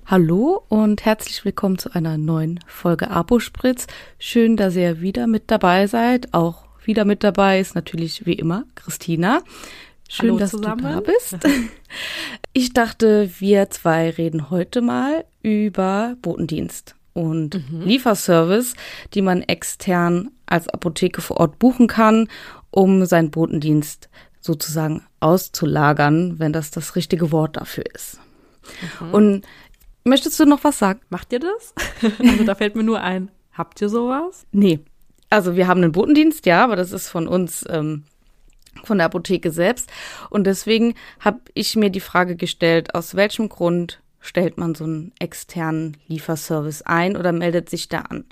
Hallo und herzlich willkommen zu einer neuen Folge Apospritz. Schön, dass ihr wieder mit dabei seid. Auch wieder mit dabei ist natürlich wie immer Christina. Schön, Hallo dass zusammen. du da bist. Ich dachte, wir zwei reden heute mal über Botendienst und Lieferservice, die man extern als Apotheke vor Ort buchen kann, um seinen Botendienst sozusagen auszulagern, wenn das richtige Wort dafür ist. Und möchtest du noch was sagen? Macht ihr das? Also da fällt mir nur ein, habt ihr sowas? Nee. Also wir haben einen Botendienst, ja, aber das ist von uns, von der Apotheke selbst. Und deswegen habe ich mir die Frage gestellt, aus welchem Grund stellt man so einen externen Lieferservice ein oder meldet sich da an?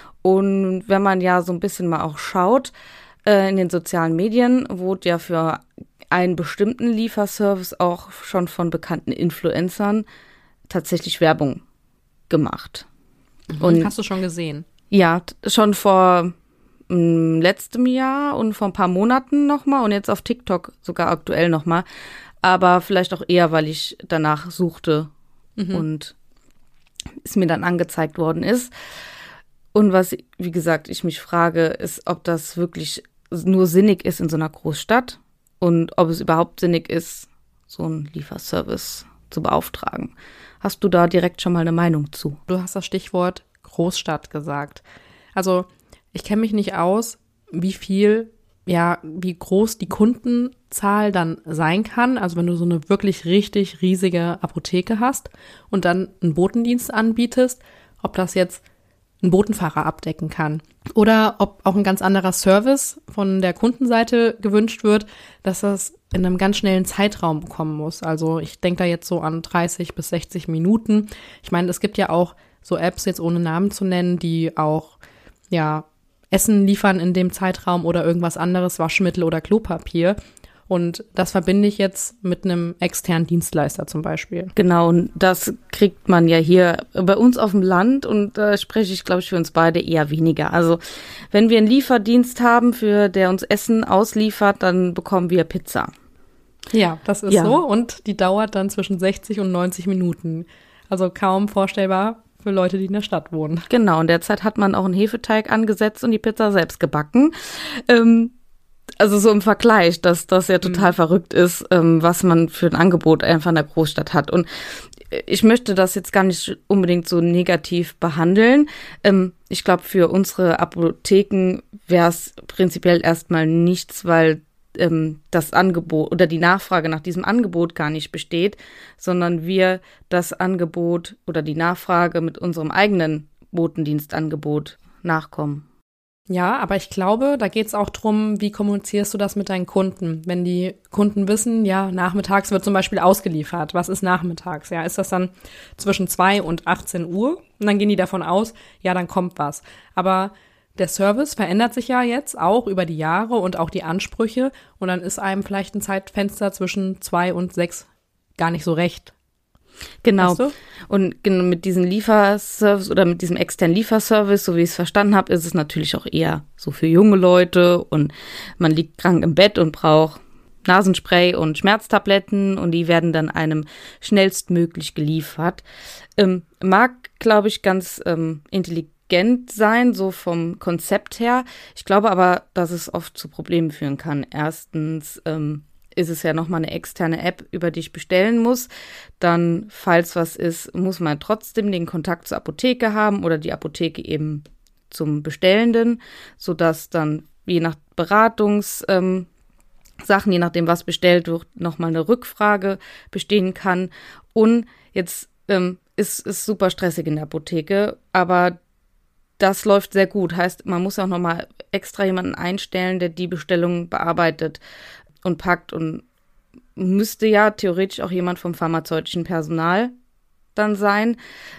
Und wenn man ja so ein bisschen mal auch schaut, in den sozialen Medien wurde ja für einen bestimmten Lieferservice auch schon von bekannten Influencern tatsächlich Werbung gemacht. Und hast du schon gesehen? Ja, schon vor letztem Jahr und vor ein paar Monaten nochmal und jetzt auf TikTok sogar aktuell nochmal. Aber vielleicht auch eher, weil ich danach suchte und es mir dann angezeigt worden ist. Und was, wie gesagt, ich mich frage, ist, ob das wirklich nur sinnig ist in so einer Großstadt und ob es überhaupt sinnig ist, so einen Lieferservice zu beauftragen. Hast du da direkt schon mal eine Meinung zu? Du hast das Stichwort Großstadt gesagt. Also ich kenne mich nicht aus, wie groß die Kundenzahl dann sein kann. Also wenn du so eine wirklich richtig riesige Apotheke hast und dann einen Botendienst anbietest, ob das jetzt ein Botenfahrer abdecken kann. Oder ob auch ein ganz anderer Service von der Kundenseite gewünscht wird, dass das in einem ganz schnellen Zeitraum kommen muss. Also ich denke da jetzt so an 30 bis 60 Minuten. Ich meine, es gibt ja auch so Apps, jetzt ohne Namen zu nennen, die auch Essen liefern in dem Zeitraum oder irgendwas anderes, Waschmittel oder Klopapier. Und das verbinde ich jetzt mit einem externen Dienstleister zum Beispiel. Genau, und das kriegt man ja hier bei uns auf dem Land und da spreche ich, glaube ich, für uns beide eher weniger. Also wenn wir einen Lieferdienst haben, der uns Essen ausliefert, dann bekommen wir Pizza. Ja, das ist so und die dauert dann zwischen 60 und 90 Minuten. Also kaum vorstellbar für Leute, die in der Stadt wohnen. Genau, und derzeit hat man auch einen Hefeteig angesetzt und die Pizza selbst gebacken. Also so im Vergleich, dass das ja total verrückt ist, was man für ein Angebot einfach in der Großstadt hat. Und ich möchte das jetzt gar nicht unbedingt so negativ behandeln. Ich glaube, für unsere Apotheken wäre es prinzipiell erstmal nichts, weil das Angebot oder die Nachfrage nach diesem Angebot gar nicht besteht, sondern wir das Angebot oder die Nachfrage mit unserem eigenen Botendienstangebot nachkommen. Ja, aber ich glaube, da geht es auch drum, wie kommunizierst du das mit deinen Kunden? Wenn die Kunden wissen, ja, nachmittags wird zum Beispiel ausgeliefert. Was ist nachmittags? Ja, ist das dann zwischen 2 und 18 Uhr? Und dann gehen die davon aus, ja, dann kommt was. Aber der Service verändert sich ja jetzt auch über die Jahre und auch die Ansprüche. Und dann ist einem vielleicht ein Zeitfenster zwischen 2 und 6 gar nicht so recht. Genau. Weißt du? Und mit diesem Lieferservice oder mit diesem externen Lieferservice, so wie ich es verstanden habe, ist es natürlich auch eher so für junge Leute und man liegt krank im Bett und braucht Nasenspray und Schmerztabletten und die werden dann einem schnellstmöglich geliefert. Mag, glaube ich, ganz intelligent sein, so vom Konzept her. Ich glaube aber, dass es oft zu Problemen führen kann. Erstens ist es ja nochmal eine externe App, über die ich bestellen muss. Dann, falls was ist, muss man trotzdem den Kontakt zur Apotheke haben oder die Apotheke eben zum Bestellenden, sodass dann je nach Beratungssachen, je nachdem, was bestellt wird, nochmal eine Rückfrage bestehen kann. Und jetzt ist super stressig in der Apotheke, aber das läuft sehr gut. Heißt, man muss auch nochmal extra jemanden einstellen, der die Bestellung bearbeitet und packt und müsste ja theoretisch auch jemand vom pharmazeutischen Personal dann sein.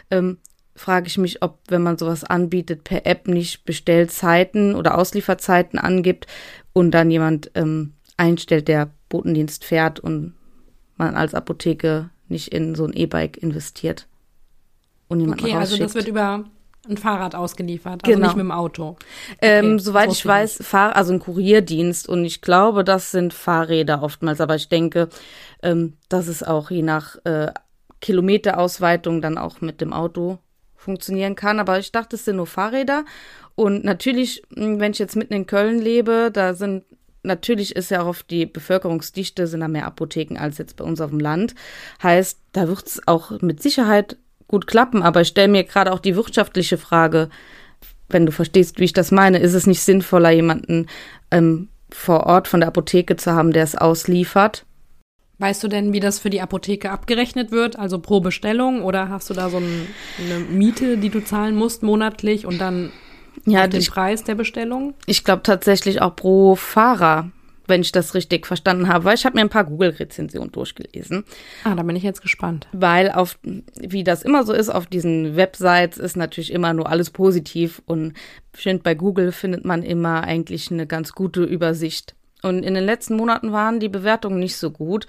Frage ich mich, ob, wenn man sowas anbietet, per App nicht Bestellzeiten oder Auslieferzeiten angibt und dann jemand einstellt, der Botendienst fährt und man als Apotheke nicht in so ein E-Bike investiert und jemanden rausschickt. Also das wird über ein Fahrrad ausgeliefert, also nicht mit dem Auto. Okay, soweit ich weiß, also ein Kurierdienst und ich glaube, das sind Fahrräder oftmals, aber ich denke, dass es auch je nach Kilometerausweitung dann auch mit dem Auto funktionieren kann. Aber ich dachte, es sind nur Fahrräder. Und natürlich, wenn ich jetzt mitten in Köln lebe, natürlich ist ja auch auf die Bevölkerungsdichte, sind da mehr Apotheken als jetzt bei uns auf dem Land. Heißt, da wird es auch mit Sicherheit gut klappen. Aber ich stelle mir gerade auch die wirtschaftliche Frage, wenn du verstehst, wie ich das meine, ist es nicht sinnvoller, jemanden vor Ort von der Apotheke zu haben, der es ausliefert? Weißt du denn, wie das für die Apotheke abgerechnet wird? Also pro Bestellung, oder hast du da so eine Miete, die du zahlen musst monatlich und dann den Preis der Bestellung? Ich glaube tatsächlich auch pro Fahrer, wenn ich das richtig verstanden habe, weil ich habe mir ein paar Google-Rezensionen durchgelesen. Da bin ich jetzt gespannt. Weil wie das immer so ist, auf diesen Websites ist natürlich immer nur alles positiv und bei Google findet man immer eigentlich eine ganz gute Übersicht. Und in den letzten Monaten waren die Bewertungen nicht so gut.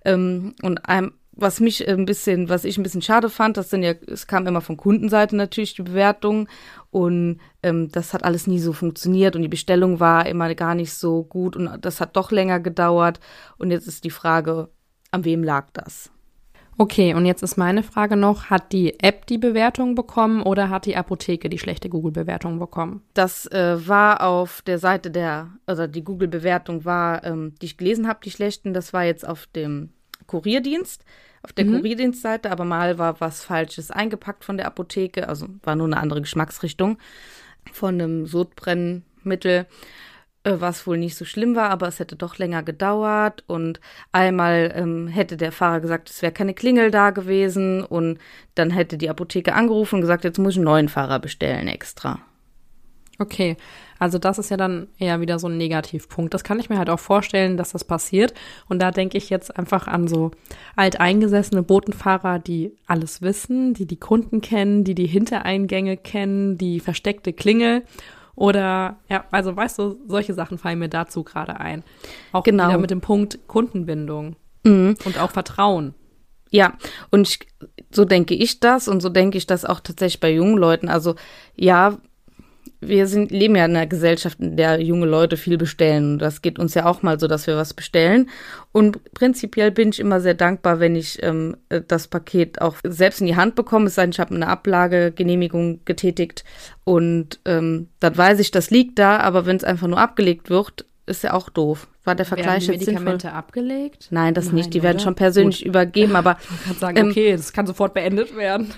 Was ich ein bisschen schade fand, es kam immer von Kundenseite natürlich die Bewertung und das hat alles nie so funktioniert und die Bestellung war immer gar nicht so gut und das hat doch länger gedauert und jetzt ist die Frage, an wem lag das? Okay, und jetzt ist meine Frage noch, hat die App die Bewertung bekommen oder hat die Apotheke die schlechte Google-Bewertung bekommen? Das war auf der Seite die Google-Bewertung war, die ich gelesen habe, die schlechten, das war jetzt auf dem Kurierdienst, auf der Kurierdienstseite, aber mal war was Falsches eingepackt von der Apotheke, also war nur eine andere Geschmacksrichtung von einem Sodbrennmittel, was wohl nicht so schlimm war, aber es hätte doch länger gedauert und einmal hätte der Fahrer gesagt, es wäre keine Klingel da gewesen und dann hätte die Apotheke angerufen und gesagt, jetzt muss ich einen neuen Fahrer bestellen extra. Okay, also das ist ja dann eher wieder so ein Negativpunkt. Das kann ich mir halt auch vorstellen, dass das passiert. Und da denke ich jetzt einfach an so alteingesessene Botenfahrer, die alles wissen, die Kunden kennen, die Hintereingänge kennen, die versteckte Klingel. Oder, ja, also weißt du, solche Sachen fallen mir dazu gerade ein. Auch wieder mit dem Punkt Kundenbindung und auch Vertrauen. Ja, und so denke ich das und so denke ich das auch tatsächlich bei jungen Leuten. Also ja, wir leben ja in einer Gesellschaft, in der junge Leute viel bestellen. Das geht uns ja auch mal so, dass wir was bestellen. Und prinzipiell bin ich immer sehr dankbar, wenn ich das Paket auch selbst in die Hand bekomme. Es sei denn, ich habe eine Ablagegenehmigung getätigt und dann weiß ich, das liegt da. Aber wenn es einfach nur abgelegt wird, ist ja auch doof. War der Vergleich jetzt sinnvoll? Werden die Medikamente abgelegt? Nein, das nicht. Die werden schon persönlich übergeben. Aber ich kann sagen, okay, das kann sofort beendet werden.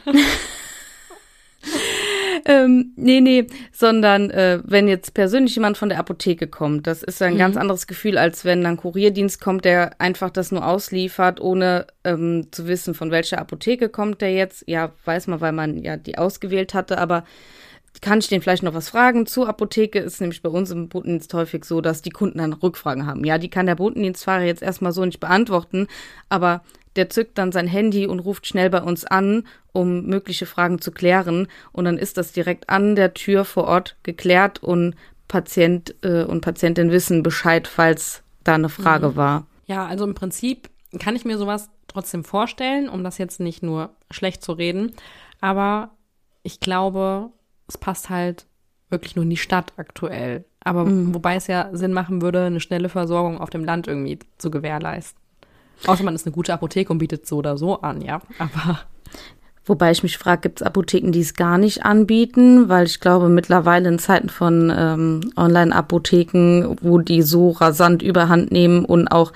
Nee, sondern wenn jetzt persönlich jemand von der Apotheke kommt, das ist ein ganz anderes Gefühl, als wenn ein Kurierdienst kommt, der einfach das nur ausliefert, ohne zu wissen, von welcher Apotheke kommt der jetzt. Ja, weiß man, weil man ja die ausgewählt hatte, aber kann ich den vielleicht noch was fragen? Zur Apotheke ist nämlich bei uns im Botendienst häufig so, dass die Kunden dann Rückfragen haben. Ja, die kann der Botendienstfahrer jetzt erstmal so nicht beantworten, aber der zückt dann sein Handy und ruft schnell bei uns an, um mögliche Fragen zu klären. Und dann ist das direkt an der Tür vor Ort geklärt und Patient und Patientin wissen Bescheid, falls da eine Frage war. Ja, also im Prinzip kann ich mir sowas trotzdem vorstellen, um das jetzt nicht nur schlecht zu reden. Aber ich glaube, es passt halt wirklich nur in die Stadt aktuell. Aber wobei es ja Sinn machen würde, eine schnelle Versorgung auf dem Land irgendwie zu gewährleisten. Außer man ist eine gute Apotheke und bietet so oder so an, ja. Aber wobei ich mich frage, gibt es Apotheken, die es gar nicht anbieten? Weil ich glaube, mittlerweile in Zeiten von Online-Apotheken, wo die so rasant überhand nehmen und auch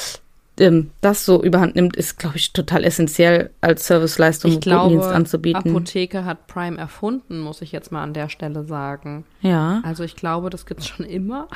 das so überhand nimmt, ist, glaube ich, total essentiell als Serviceleistung im Botendienst anzubieten. Ich glaube, Apotheke hat Prime erfunden, muss ich jetzt mal an der Stelle sagen. Ja. Also ich glaube, das gibt's schon immer.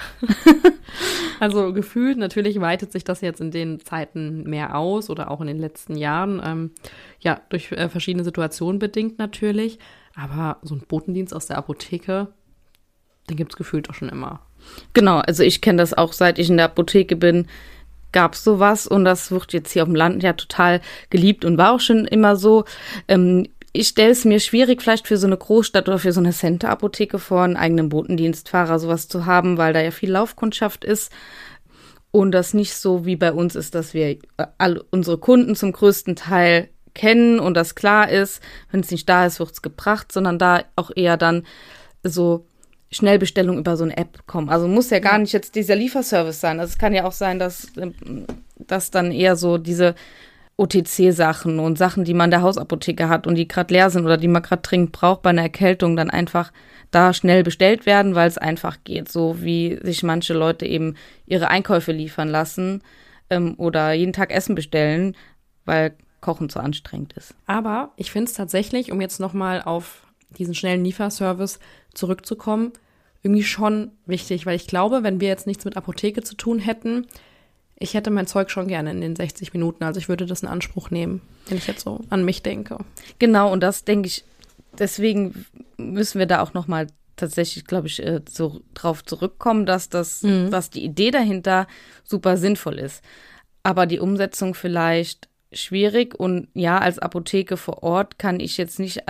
Also gefühlt, natürlich weitet sich das jetzt in den Zeiten mehr aus oder auch in den letzten Jahren. Ja, durch verschiedene Situationen bedingt natürlich. Aber so ein Botendienst aus der Apotheke, den gibt's gefühlt auch schon immer. Genau, also ich kenne das auch, seit ich in der Apotheke bin, gab es sowas und das wird jetzt hier auf dem Land ja total geliebt und war auch schon immer so. Ich stelle es mir schwierig, vielleicht für so eine Großstadt oder für so eine Center-Apotheke vor, einen eigenen Botendienstfahrer sowas zu haben, weil da ja viel Laufkundschaft ist und das nicht so wie bei uns ist, dass wir alle unsere Kunden zum größten Teil kennen und das klar ist, wenn es nicht da ist, wird es gebracht, sondern da auch eher dann so Schnellbestellung über so eine App kommen. Also muss ja gar nicht jetzt dieser Lieferservice sein. Also es kann ja auch sein, dass dann eher so diese OTC-Sachen und Sachen, die man in der Hausapotheke hat und die gerade leer sind oder die man gerade dringend braucht bei einer Erkältung, dann einfach da schnell bestellt werden, weil es einfach geht. So wie sich manche Leute eben ihre Einkäufe liefern lassen oder jeden Tag Essen bestellen, weil Kochen zu anstrengend ist. Aber ich finde es tatsächlich, um jetzt nochmal auf diesen schnellen Lieferservice zurückzukommen, irgendwie schon wichtig, weil ich glaube, wenn wir jetzt nichts mit Apotheke zu tun hätten, ich hätte mein Zeug schon gerne in den 60 Minuten. Also ich würde das in Anspruch nehmen, wenn ich jetzt so an mich denke. Genau, und das denke ich, deswegen müssen wir da auch nochmal tatsächlich, glaube ich, so drauf zurückkommen, dass die Idee dahinter super sinnvoll ist. Aber die Umsetzung vielleicht schwierig. Und ja, als Apotheke vor Ort kann ich jetzt nicht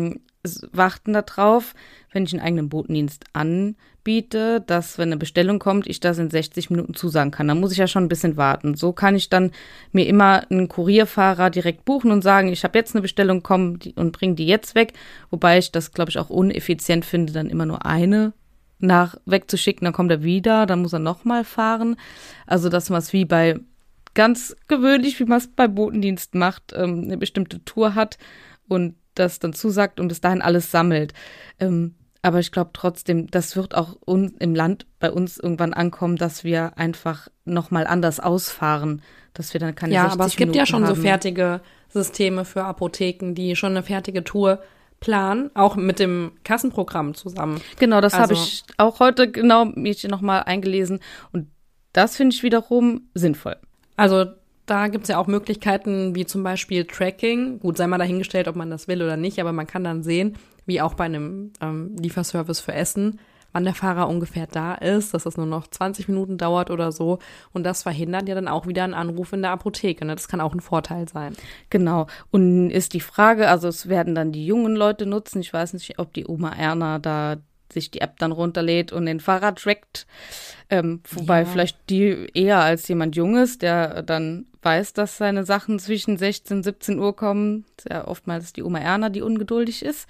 warten darauf, wenn ich einen eigenen Botendienst anbiete, dass, wenn eine Bestellung kommt, ich das in 60 Minuten zusagen kann. Da muss ich ja schon ein bisschen warten. So kann ich dann mir immer einen Kurierfahrer direkt buchen und sagen, ich habe jetzt eine Bestellung, komm und bring die jetzt weg. Wobei ich das, glaube ich, auch uneffizient finde, dann immer nur eine wegzuschicken, dann kommt er wieder, dann muss er nochmal fahren. Also, dass man es wie bei ganz gewöhnlich, wie man es bei Botendienst macht, eine bestimmte Tour hat und das dann zusagt und bis dahin alles sammelt. Aber ich glaube trotzdem, das wird auch im Land bei uns irgendwann ankommen, dass wir einfach nochmal anders ausfahren, dass wir dann keine 60 Minuten haben. Ja, aber es gibt ja schon so fertige Systeme für Apotheken, die schon eine fertige Tour planen, auch mit dem Kassenprogramm zusammen. Genau, das habe ich auch heute mich nochmal eingelesen und das finde ich wiederum sinnvoll. Also da gibt es ja auch Möglichkeiten wie zum Beispiel Tracking. Gut, sei mal dahingestellt, ob man das will oder nicht, aber man kann dann sehen, wie auch bei einem Lieferservice für Essen, wann der Fahrer ungefähr da ist, dass das nur noch 20 Minuten dauert oder so. Und das verhindert ja dann auch wieder einen Anruf in der Apotheke. Ne? Das kann auch ein Vorteil sein. Genau. Und ist die Frage, also es werden dann die jungen Leute nutzen. Ich weiß nicht, ob die Oma Erna da sich die App dann runterlädt und den Fahrer trackt. Wobei vielleicht die eher als jemand Junges, der dann weiß, dass seine Sachen zwischen 16 und 17 Uhr kommen. Sehr oftmals die Oma Erna, die ungeduldig ist.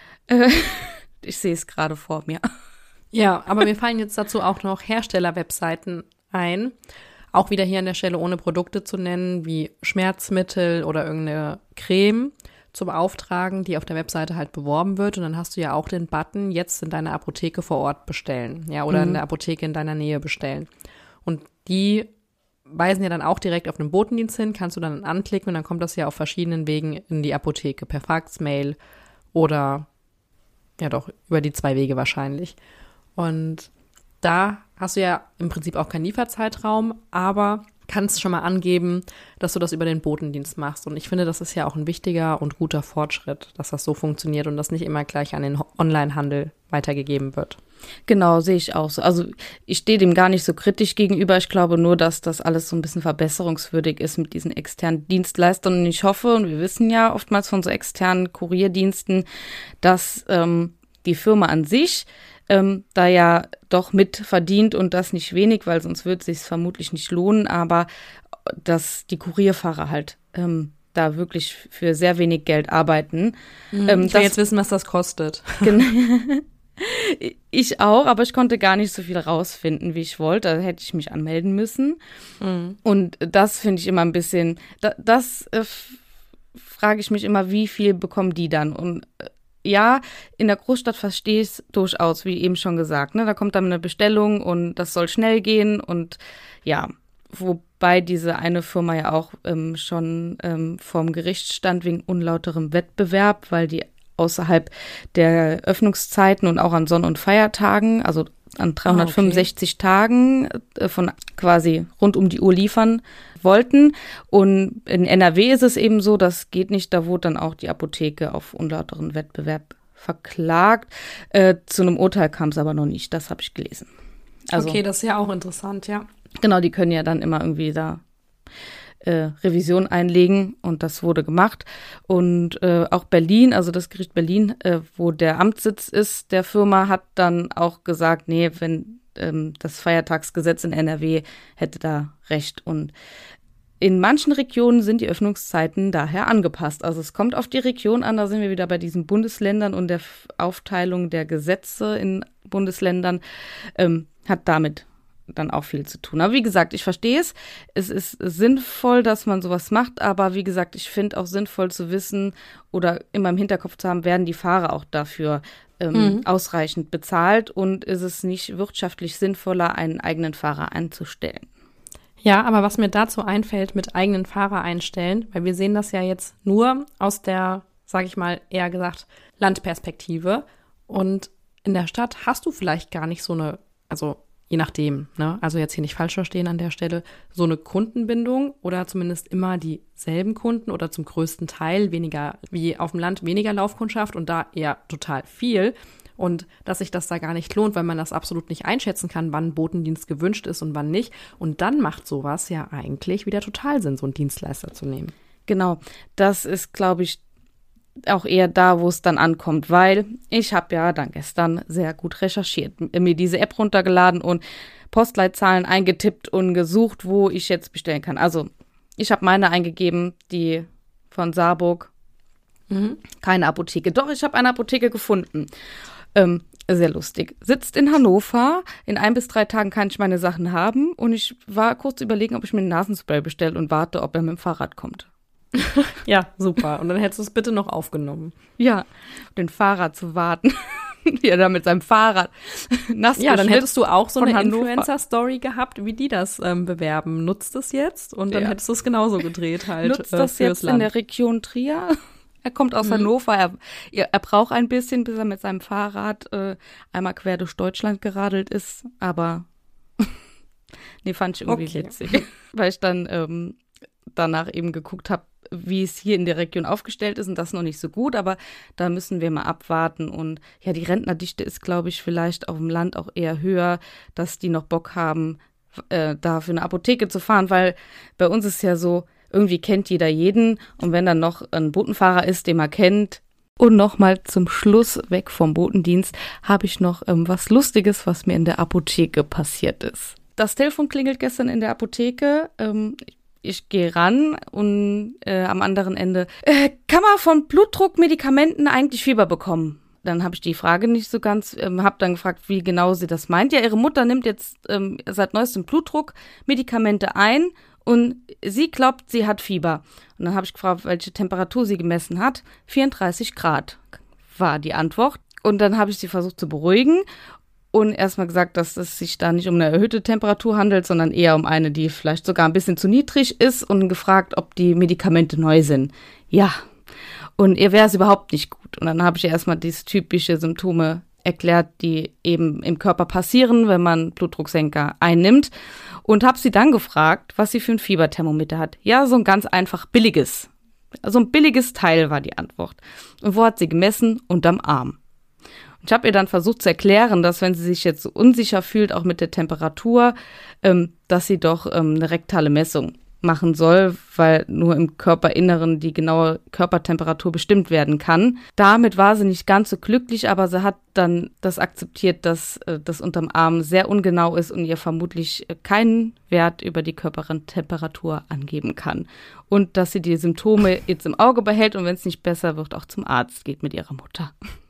Ich sehe es gerade vor mir. Ja, aber mir fallen jetzt dazu auch noch Hersteller-Webseiten ein. Auch wieder hier an der Stelle ohne Produkte zu nennen, wie Schmerzmittel oder irgendeine Creme zum Auftragen, die auf der Webseite halt beworben wird. Und dann hast du ja auch den Button, jetzt in deiner Apotheke vor Ort bestellen. Ja, oder in der Apotheke in deiner Nähe bestellen. Und die weisen ja dann auch direkt auf den Botendienst hin, kannst du dann anklicken und dann kommt das ja auf verschiedenen Wegen in die Apotheke, per Fax, Mail oder ja doch, über die 2 Wege wahrscheinlich. Und da hast du ja im Prinzip auch keinen Lieferzeitraum, aber kannst schon mal angeben, dass du das über den Botendienst machst. Und ich finde, das ist ja auch ein wichtiger und guter Fortschritt, dass das so funktioniert und das nicht immer gleich an den Onlinehandel weitergegeben wird. Genau, sehe ich auch so. Also ich stehe dem gar nicht so kritisch gegenüber. Ich glaube nur, dass das alles so ein bisschen verbesserungswürdig ist mit diesen externen Dienstleistern. Und ich hoffe, und wir wissen ja oftmals von so externen Kurierdiensten, dass die Firma an sich da ja doch mit verdient und das nicht wenig, weil sonst würde es sich vermutlich nicht lohnen, aber dass die Kurierfahrer halt da wirklich für sehr wenig Geld arbeiten. Ich will jetzt wissen, was das kostet. Ich auch, aber ich konnte gar nicht so viel rausfinden, wie ich wollte. Da hätte ich mich anmelden müssen. Und das finde ich immer ein bisschen, frage ich mich immer, wie viel bekommen die dann? Und ja, in der Großstadt verstehe ich es durchaus, wie eben schon gesagt. Ne? Da kommt dann eine Bestellung und das soll schnell gehen. Und ja, wobei diese eine Firma ja auch schon vorm Gericht stand wegen unlauterem Wettbewerb, weil die außerhalb der Öffnungszeiten und auch an Sonn- und Feiertagen, also an 365 Tagen von quasi rund um die Uhr liefern wollten. Und in NRW ist es eben so, das geht nicht, da wurde dann auch die Apotheke auf unlauteren Wettbewerb verklagt. Zu einem Urteil kam es aber noch nicht, das habe ich gelesen. Also, okay, das ist ja auch interessant, ja. Genau, die können ja dann immer irgendwie da Revision einlegen und das wurde gemacht. Und auch Berlin, also das Gericht Berlin, wo der Amtssitz ist der Firma, hat dann auch gesagt, nee, wenn das Feiertagsgesetz in NRW hätte da recht. Und in manchen Regionen sind die Öffnungszeiten daher angepasst. Also es kommt auf die Region an, da sind wir wieder bei diesen Bundesländern und der Aufteilung der Gesetze in Bundesländern, hat damit dann auch viel zu tun. Aber wie gesagt, ich verstehe es. Es ist sinnvoll, dass man sowas macht, aber wie gesagt, ich finde auch sinnvoll zu wissen oder immer im Hinterkopf zu haben, werden die Fahrer auch dafür ausreichend bezahlt und ist es nicht wirtschaftlich sinnvoller, einen eigenen Fahrer einzustellen. Ja, aber was mir dazu einfällt mit eigenen Fahrer einstellen, weil wir sehen das ja jetzt nur aus der, sage ich mal, eher gesagt, Landperspektive. Und in der Stadt hast du vielleicht gar nicht so eine, also je nachdem, ne, also jetzt hier nicht falsch verstehen an der Stelle, so eine Kundenbindung oder zumindest immer dieselben Kunden oder zum größten Teil weniger, wie auf dem Land weniger Laufkundschaft und da eher total viel. Und dass sich das da gar nicht lohnt, weil man das absolut nicht einschätzen kann, wann Botendienst gewünscht ist und wann nicht. Und dann macht sowas ja eigentlich wieder total Sinn, so einen Dienstleister zu nehmen. Genau, das ist, glaube ich, auch eher da, wo es dann ankommt, weil ich habe ja dann gestern sehr gut recherchiert, mir diese App runtergeladen und Postleitzahlen eingetippt und gesucht, wo ich jetzt bestellen kann. Also ich habe meine eingegeben, die von Saarburg, keine Apotheke. Doch, ich habe eine Apotheke gefunden. Sehr lustig. Sitzt in Hannover. In 1 bis 3 Tagen kann ich meine Sachen haben. Und ich war kurz überlegen, ob ich mir ein Nasenspray bestelle und warte, ob er mit dem Fahrrad kommt. Ja, super. Und dann hättest du es bitte noch aufgenommen. Ja, den Fahrer zu warten. Wie er da mit seinem Fahrrad nass Ja, dann hättest du auch so eine Hannover. Influencer-Story gehabt, wie die das bewerben. Nutzt es jetzt und dann hättest du es genauso gedreht halt. Nutzt das fürs jetzt Land. in der Region Trier? Er kommt aus Hannover, er braucht ein bisschen, bis er mit seinem Fahrrad einmal quer durch Deutschland geradelt ist, aber nee, fand ich irgendwie witzig, weil ich dann danach eben geguckt habe, wie es hier in der Region aufgestellt ist und das noch nicht so gut, aber da müssen wir mal abwarten und ja, die Rentnerdichte ist, glaube ich, vielleicht auf dem Land auch eher höher, dass die noch Bock haben, da für eine Apotheke zu fahren, weil bei uns ist ja so, irgendwie kennt jeder jeden und wenn dann noch ein Botenfahrer ist, den man kennt. Und nochmal zum Schluss, weg vom Botendienst, habe ich noch was Lustiges, was mir in der Apotheke passiert ist. Das Telefon klingelt gestern in der Apotheke. Ich gehe ran und am anderen Ende, kann man von Blutdruckmedikamenten eigentlich Fieber bekommen? Dann habe ich die Frage nicht so ganz, habe dann gefragt, wie genau sie das meint. Ja, ihre Mutter nimmt jetzt seit neuestem Blutdruckmedikamente ein und sie glaubt, sie hat Fieber. Und dann habe ich gefragt, welche Temperatur sie gemessen hat. 34 Grad war die Antwort. Und dann habe ich sie versucht zu beruhigen und erstmal gesagt, dass es sich da nicht um eine erhöhte Temperatur handelt, sondern eher um eine, die vielleicht sogar ein bisschen zu niedrig ist und gefragt, ob die Medikamente neu sind. Ja, und ihr wäre es überhaupt nicht gut. Und dann habe ich ihr erstmal diese typische Symptome erklärt, die eben im Körper passieren, wenn man Blutdrucksenker einnimmt. Und habe sie dann gefragt, was sie für ein Fieberthermometer hat. Ja, so ein ganz einfach billiges. So ein billiges Teil war die Antwort. Und wo hat sie gemessen? Unterm Arm. Und ich habe ihr dann versucht zu erklären, dass wenn sie sich jetzt so unsicher fühlt, auch mit der Temperatur, dass sie doch eine rektale Messung machen soll, weil nur im Körperinneren die genaue Körpertemperatur bestimmt werden kann. Damit war sie nicht ganz so glücklich, aber sie hat dann das akzeptiert, dass das unterm Arm sehr ungenau ist und ihr vermutlich keinen Wert über die Körpertemperatur angeben kann. Und dass sie die Symptome jetzt im Auge behält und wenn es nicht besser wird, auch zum Arzt geht mit ihrer Mutter.